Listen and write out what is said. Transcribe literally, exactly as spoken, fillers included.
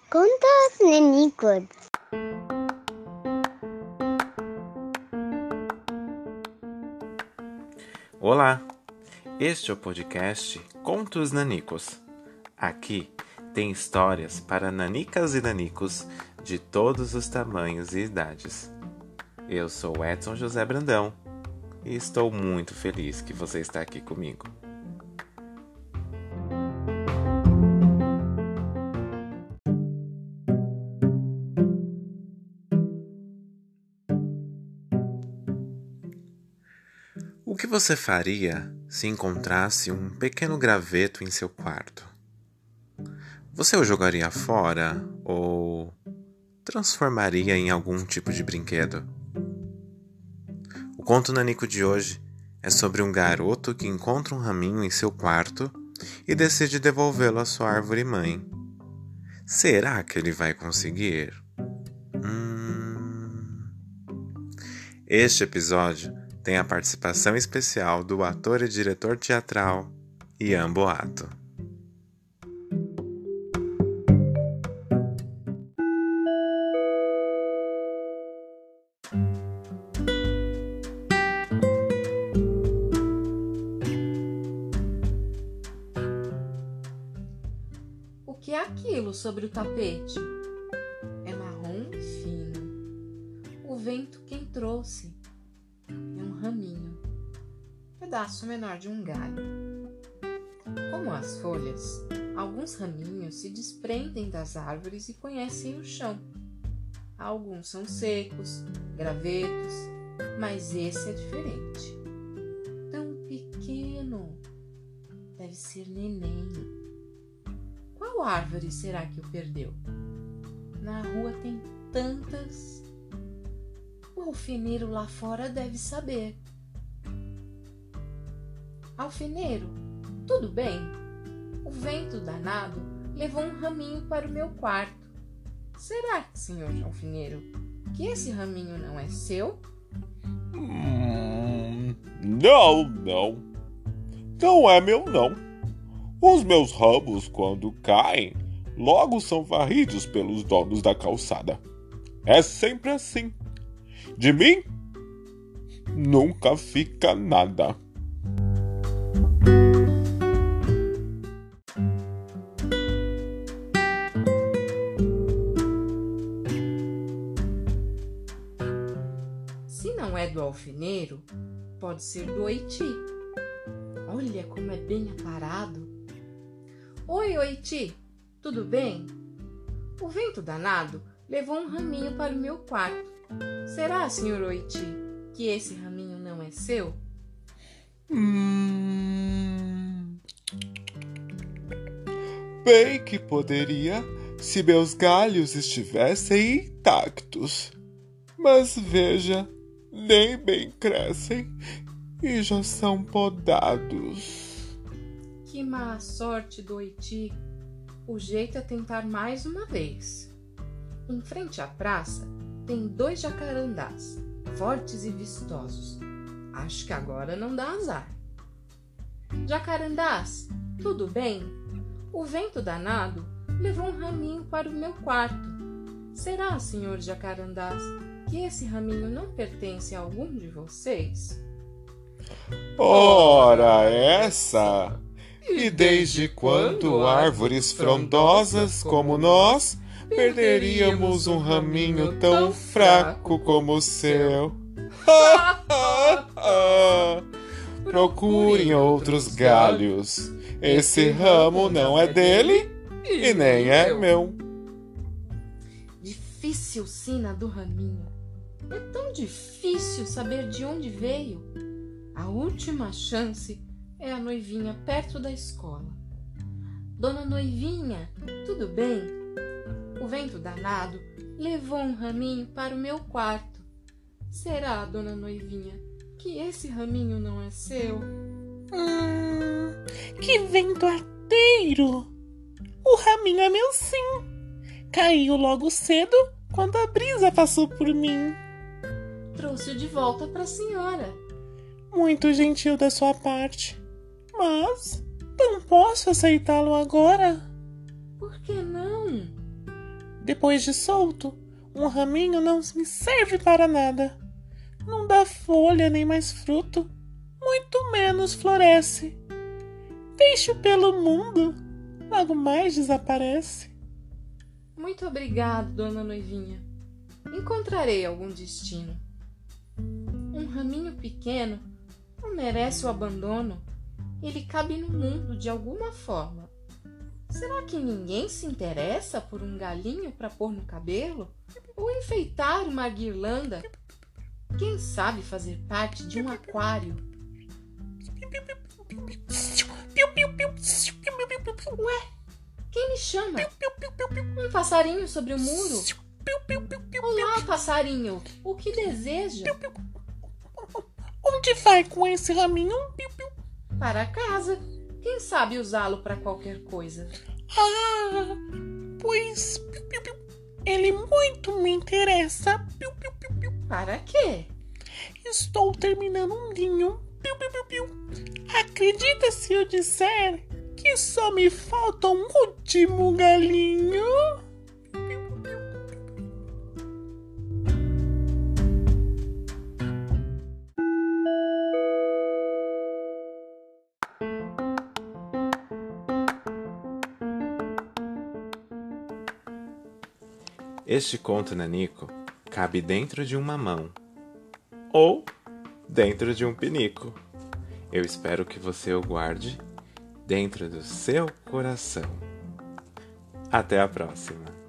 Contos nanicos. Olá, este é o podcast Contos Nanicos. Aqui tem histórias para nanicas e nanicos de todos os tamanhos e idades. Eu sou Edson José Brandão e estou muito feliz que você está aqui comigo. O que você faria se encontrasse um pequeno graveto em seu quarto? Você o jogaria fora ou transformaria em algum tipo de brinquedo? O conto nanico de hoje é sobre um garoto que encontra um raminho em seu quarto e decide devolvê-lo à sua árvore mãe. Será que ele vai conseguir? Hum... Este episódio tem a participação especial do ator e diretor teatral Ian Boato. O que é aquilo sobre o tapete? É marrom e fino. O vento quem trouxe. É um raminho, pedaço menor de um galho. Como as folhas, alguns raminhos se desprendem das árvores e conhecem o chão. Alguns são secos, gravetos, mas esse é diferente. Tão pequeno, deve ser neném. Qual árvore será que o perdeu? Na rua tem tantas. O alfeneiro lá fora deve saber. Alfeneiro, tudo bem? O vento danado levou um raminho para o meu quarto. Será, senhor alfeneiro, que esse raminho não é seu? Hum, não, não. Não é meu, não. Os meus ramos, quando caem, logo são varridos pelos donos da calçada. É sempre assim. De mim, nunca fica nada. Se não é do alfeneiro, pode ser do Oiti. Olha como é bem aparado. Oi, Oiti, tudo bem? O vento danado levou um raminho para o meu quarto. Será, senhor Oiti, que esse raminho não é seu? Hum... Bem que poderia, se meus galhos estivessem intactos. Mas veja, nem bem crescem e já são podados. Que má sorte do Oiti. O jeito é tentar mais uma vez. Em frente à praça, tem dois jacarandás, fortes e vistosos. Acho que agora não dá azar. Jacarandás, tudo bem? O vento danado levou um raminho para o meu quarto. Será, senhor jacarandás, que esse raminho não pertence a algum de vocês? Ora essa! E desde quando árvores frondosas como nós perderíamos um raminho tão fraco como o seu? Procurem outros galhos. Esse ramo não é dele e nem é meu. Difícil sina do raminho. É tão difícil saber de onde veio. A última chance é a noivinha perto da escola. Dona Noivinha, tudo bem? O vento danado levou um raminho para o meu quarto. Será, dona Noivinha, que esse raminho não é seu? Hum, que vento arteiro! O raminho é meu, sim. Caiu logo cedo quando a brisa passou por mim. Trouxe-o de volta para a senhora. Muito gentil da sua parte, mas não posso aceitá-lo agora. Por que não? Depois de solto, um raminho não me serve para nada. Não dá folha nem mais fruto, muito menos floresce. Deixo pelo mundo, logo mais desaparece. Muito obrigado, dona Noivinha. Encontrarei algum destino. Um raminho pequeno não merece o abandono. Ele cabe no mundo de alguma forma. Será que ninguém se interessa por um galinho para pôr no cabelo? Ou enfeitar uma guirlanda? Quem sabe fazer parte de um aquário? Ué, quem me chama? Um passarinho sobre o muro? Olá, passarinho. O que deseja? Onde vai com esse raminho? Para casa. Quem sabe usá-lo para qualquer coisa? Ah, pois ele muito me interessa. Para quê? Estou terminando um ninho. Acredita se eu disser que só me falta um último galinho? Este conto nanico cabe dentro de uma mão ou dentro de um pinico. Eu espero que você o guarde dentro do seu coração. Até a próxima!